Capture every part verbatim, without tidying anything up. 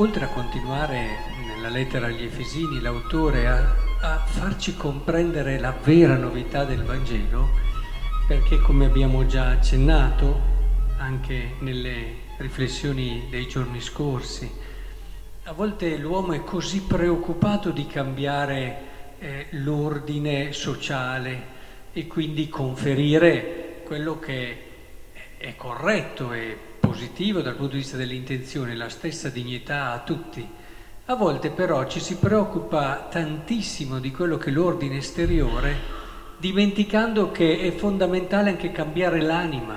oltre a continuare nella lettera agli Efesini, l'autore a, a farci comprendere la vera novità del Vangelo, perché come abbiamo già accennato anche nelle riflessioni dei giorni scorsi, a volte l'uomo è così preoccupato di cambiare eh, l'ordine sociale e quindi conferire quello che è corretto e positivo dal punto di vista dell'intenzione, la stessa dignità a tutti. A volte però ci si preoccupa tantissimo di quello che è l'ordine esteriore, dimenticando che è fondamentale anche cambiare l'anima,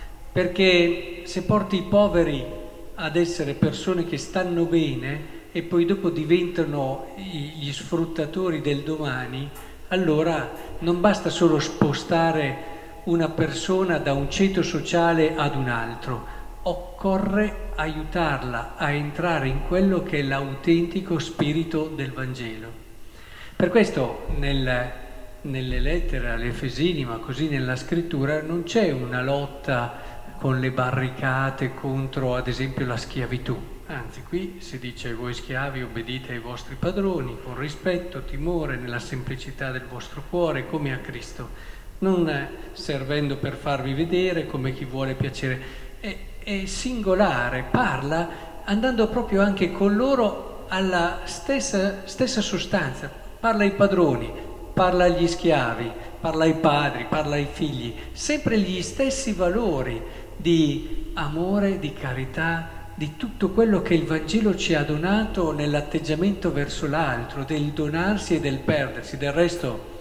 perché se porti i poveri ad essere persone che stanno bene e poi dopo diventano gli sfruttatori del domani, allora non basta solo spostare una persona da un ceto sociale ad un altro, occorre aiutarla a entrare in quello che è l'autentico spirito del Vangelo. Per questo nel, nelle lettere agli Efesini, ma così nella scrittura, non c'è una lotta con le barricate contro ad esempio la schiavitù. Anzi, qui si dice: voi schiavi obbedite ai vostri padroni con rispetto, timore, nella semplicità del vostro cuore, come a Cristo, non servendo per farvi vedere come chi vuole piacere. È, è singolare, parla andando proprio anche con loro alla stessa, stessa sostanza. Parla ai padroni, parla agli schiavi, parla ai padri, parla ai figli, sempre gli stessi valori di amore, di carità, di tutto quello che il Vangelo ci ha donato nell'atteggiamento verso l'altro, del donarsi e del perdersi. Del resto,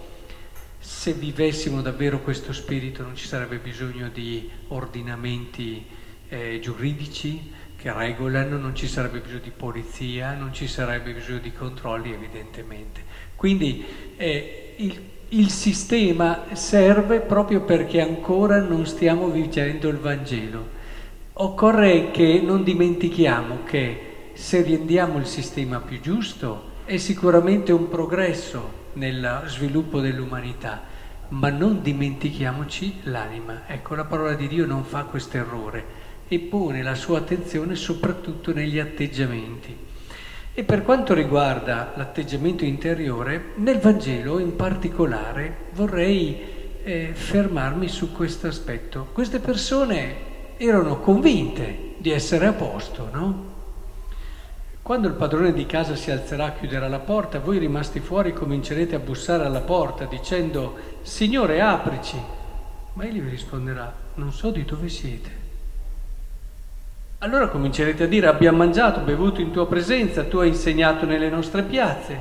se vivessimo davvero questo spirito non ci sarebbe bisogno di ordinamenti eh, giuridici che regolano, non ci sarebbe bisogno di polizia, non ci sarebbe bisogno di controlli, evidentemente. Quindi eh, il, il sistema serve proprio perché ancora non stiamo vivendo il Vangelo. Occorre che non dimentichiamo che se rendiamo il sistema più giusto è sicuramente un progresso nel sviluppo dell'umanità, ma non dimentichiamoci l'anima. Ecco, la parola di Dio non fa questo errore e pone la sua attenzione soprattutto negli atteggiamenti. E per quanto riguarda l'atteggiamento interiore, nel Vangelo in particolare vorrei eh, fermarmi su questo aspetto. Queste persone erano convinte di essere a posto, no? Quando il padrone di casa si alzerà a chiudere la porta, voi rimasti fuori comincerete a bussare alla porta dicendo: Signore, aprici. Ma egli vi risponderà: non so di dove siete. Allora comincerete a dire: abbiamo mangiato, bevuto in tua presenza, tu hai insegnato nelle nostre piazze.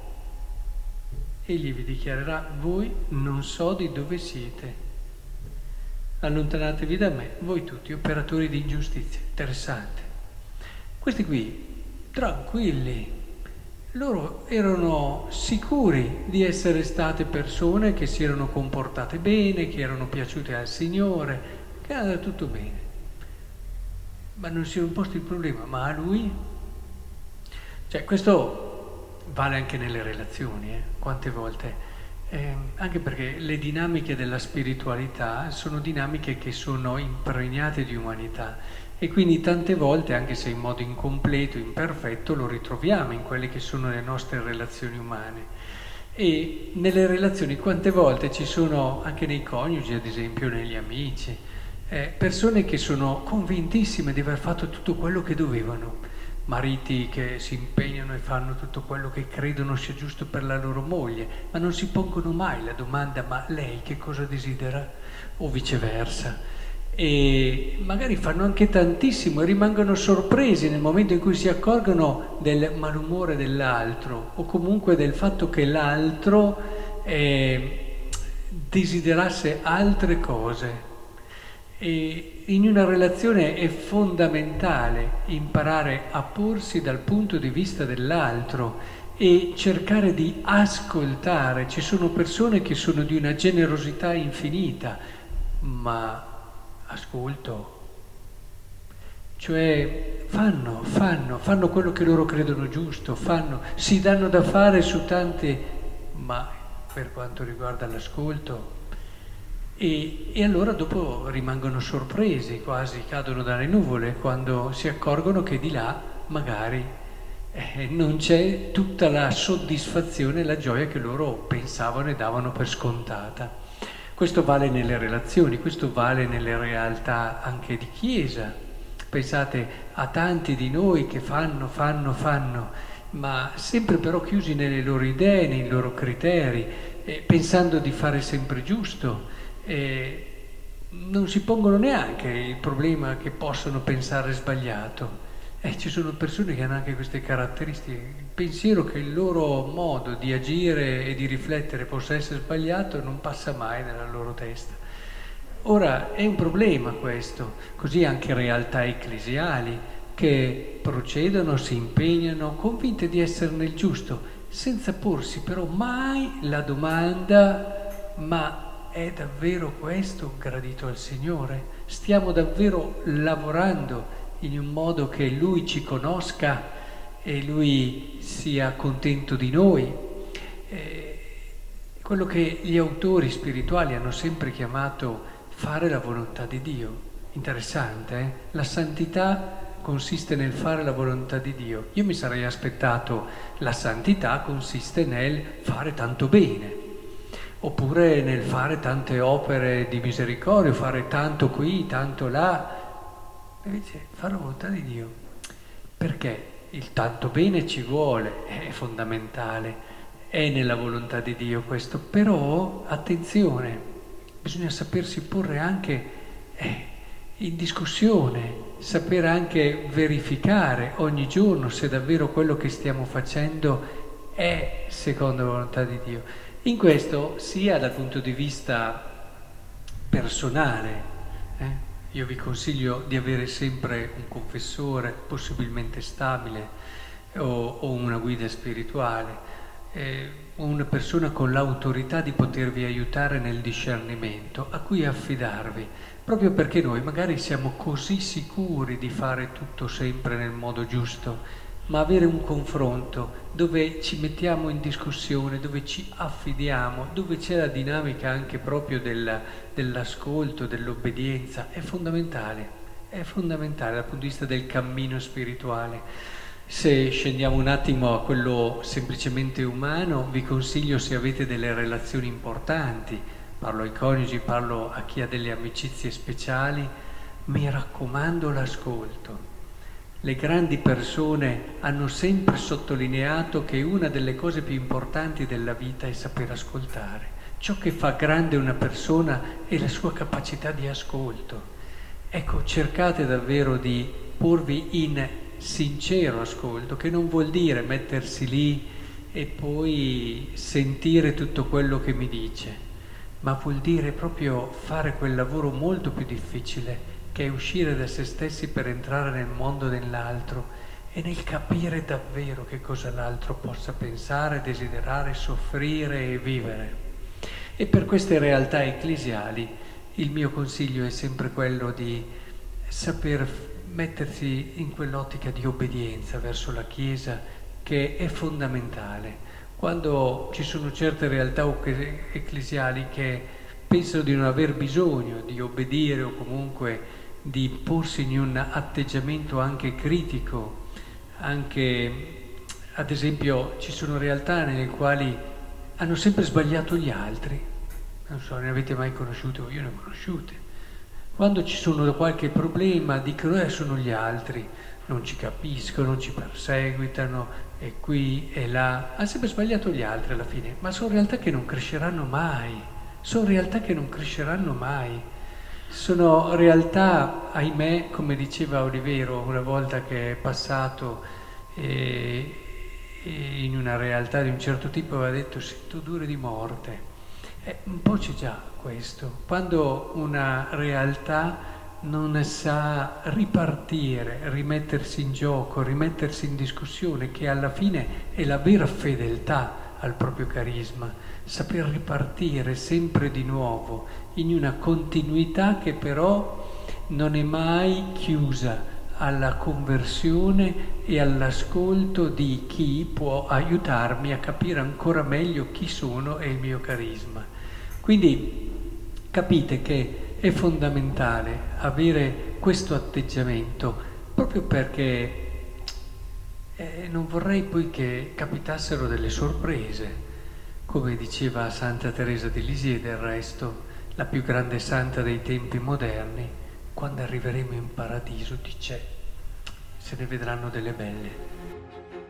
Egli vi dichiarerà: voi non so di dove siete. Allontanatevi da me, voi tutti operatori di ingiustizia. Interessante. Questi qui, tranquilli, loro erano sicuri di essere state persone che si erano comportate bene, che erano piaciute al Signore, che era andato tutto bene. Ma non si erano posti il problema: ma a lui? Cioè, questo vale anche nelle relazioni, eh? Quante volte? Eh, anche perché le dinamiche della spiritualità sono dinamiche che sono impregnate di umanità. E quindi tante volte, anche se in modo incompleto, imperfetto, lo ritroviamo in quelle che sono le nostre relazioni umane. E nelle relazioni quante volte ci sono, anche nei coniugi ad esempio, negli amici, eh, persone che sono convintissime di aver fatto tutto quello che dovevano, mariti che si impegnano e fanno tutto quello che credono sia giusto per la loro moglie, ma non si pongono mai la domanda: ma lei che cosa desidera? O viceversa. E magari fanno anche tantissimo e rimangono sorpresi nel momento in cui si accorgono del malumore dell'altro o comunque del fatto che l'altro eh, desiderasse altre cose. E in una relazione è fondamentale imparare a porsi dal punto di vista dell'altro e cercare di ascoltare. Ci sono persone che sono di una generosità infinita, ma ascolto, cioè fanno, fanno, fanno quello che loro credono giusto, fanno, si danno da fare su tante, ma per quanto riguarda l'ascolto, e, e allora dopo rimangono sorpresi, quasi cadono dalle nuvole quando si accorgono che di là magari eh, non c'è tutta la soddisfazione e la gioia che loro pensavano e davano per scontata. Questo vale nelle relazioni, questo vale nelle realtà anche di chiesa. Pensate a tanti di noi che fanno, fanno, fanno, ma sempre però chiusi nelle loro idee, nei loro criteri, eh, pensando di fare sempre giusto. Eh, non si pongono neanche il problema che possono pensare sbagliato. Eh, ci sono persone che hanno anche queste caratteristiche. Il pensiero che il loro modo di agire e di riflettere possa essere sbagliato non passa mai nella loro testa. Ora, è un problema questo, così anche realtà ecclesiali che procedono, si impegnano, convinte di essere nel giusto, senza porsi però mai la domanda: ma è davvero questo gradito al Signore? Stiamo davvero lavorando in un modo che Lui ci conosca e Lui sia contento di noi? Eh, quello che gli autori spirituali hanno sempre chiamato fare la volontà di Dio. Interessante, eh? La santità consiste nel fare la volontà di Dio. Io mi sarei aspettato la santità consiste nel fare tanto bene, oppure nel fare tante opere di misericordia, fare tanto qui, tanto là. Invece fare la volontà di Dio, perché il tanto bene ci vuole, è fondamentale, è nella volontà di Dio questo, però attenzione, bisogna sapersi porre anche eh, in discussione, sapere anche verificare ogni giorno se davvero quello che stiamo facendo è secondo la volontà di Dio. In questo sia dal punto di vista personale, eh? Io vi consiglio di avere sempre un confessore, possibilmente stabile, o, o una guida spirituale, eh, una persona con l'autorità di potervi aiutare nel discernimento, a cui affidarvi, proprio perché noi magari siamo così sicuri di fare tutto sempre nel modo giusto, ma avere un confronto dove ci mettiamo in discussione, dove ci affidiamo, dove c'è la dinamica anche proprio della, dell'ascolto, dell'obbedienza, è fondamentale, è fondamentale dal punto di vista del cammino spirituale. Se scendiamo un attimo a quello semplicemente umano, vi consiglio, se avete delle relazioni importanti, parlo ai coniugi, parlo a chi ha delle amicizie speciali, mi raccomando l'ascolto. Le grandi persone hanno sempre sottolineato che una delle cose più importanti della vita è saper ascoltare. Ciò che fa grande una persona è la sua capacità di ascolto. Ecco, cercate davvero di porvi in sincero ascolto, che non vuol dire mettersi lì e poi sentire tutto quello che mi dice, ma vuol dire proprio fare quel lavoro molto più difficile, che è uscire da se stessi per entrare nel mondo dell'altro e nel capire davvero che cosa l'altro possa pensare, desiderare, soffrire e vivere. E per queste realtà ecclesiali il mio consiglio è sempre quello di saper mettersi in quell'ottica di obbedienza verso la Chiesa, che è fondamentale. Quando ci sono certe realtà ecclesiali che pensano di non aver bisogno di obbedire o comunque di porsi in un atteggiamento anche critico, anche ad esempio ci sono realtà nelle quali hanno sempre sbagliato gli altri, non so, ne avete mai conosciute o io ne ho conosciute, quando ci sono qualche problema dicono eh sono gli altri, non ci capiscono, non ci perseguitano, e qui e là, hanno sempre sbagliato gli altri alla fine, ma sono realtà che non cresceranno mai, sono realtà che non cresceranno mai. Sono realtà, ahimè, come diceva Olivero una volta che è passato eh, in una realtà di un certo tipo, aveva detto sento odore di morte. Eh, un po' c'è già questo, quando una realtà non sa ripartire, rimettersi in gioco, rimettersi in discussione, che alla fine è la vera fedeltà al proprio carisma, saper ripartire sempre di nuovo in una continuità che però non è mai chiusa alla conversione e all'ascolto di chi può aiutarmi a capire ancora meglio chi sono e il mio carisma. Quindi capite che è fondamentale avere questo atteggiamento, proprio perché E non vorrei poi che capitassero delle sorprese, come diceva Santa Teresa di Lisieux, del resto, la più grande santa dei tempi moderni. Quando arriveremo in paradiso, dice, se ne vedranno delle belle.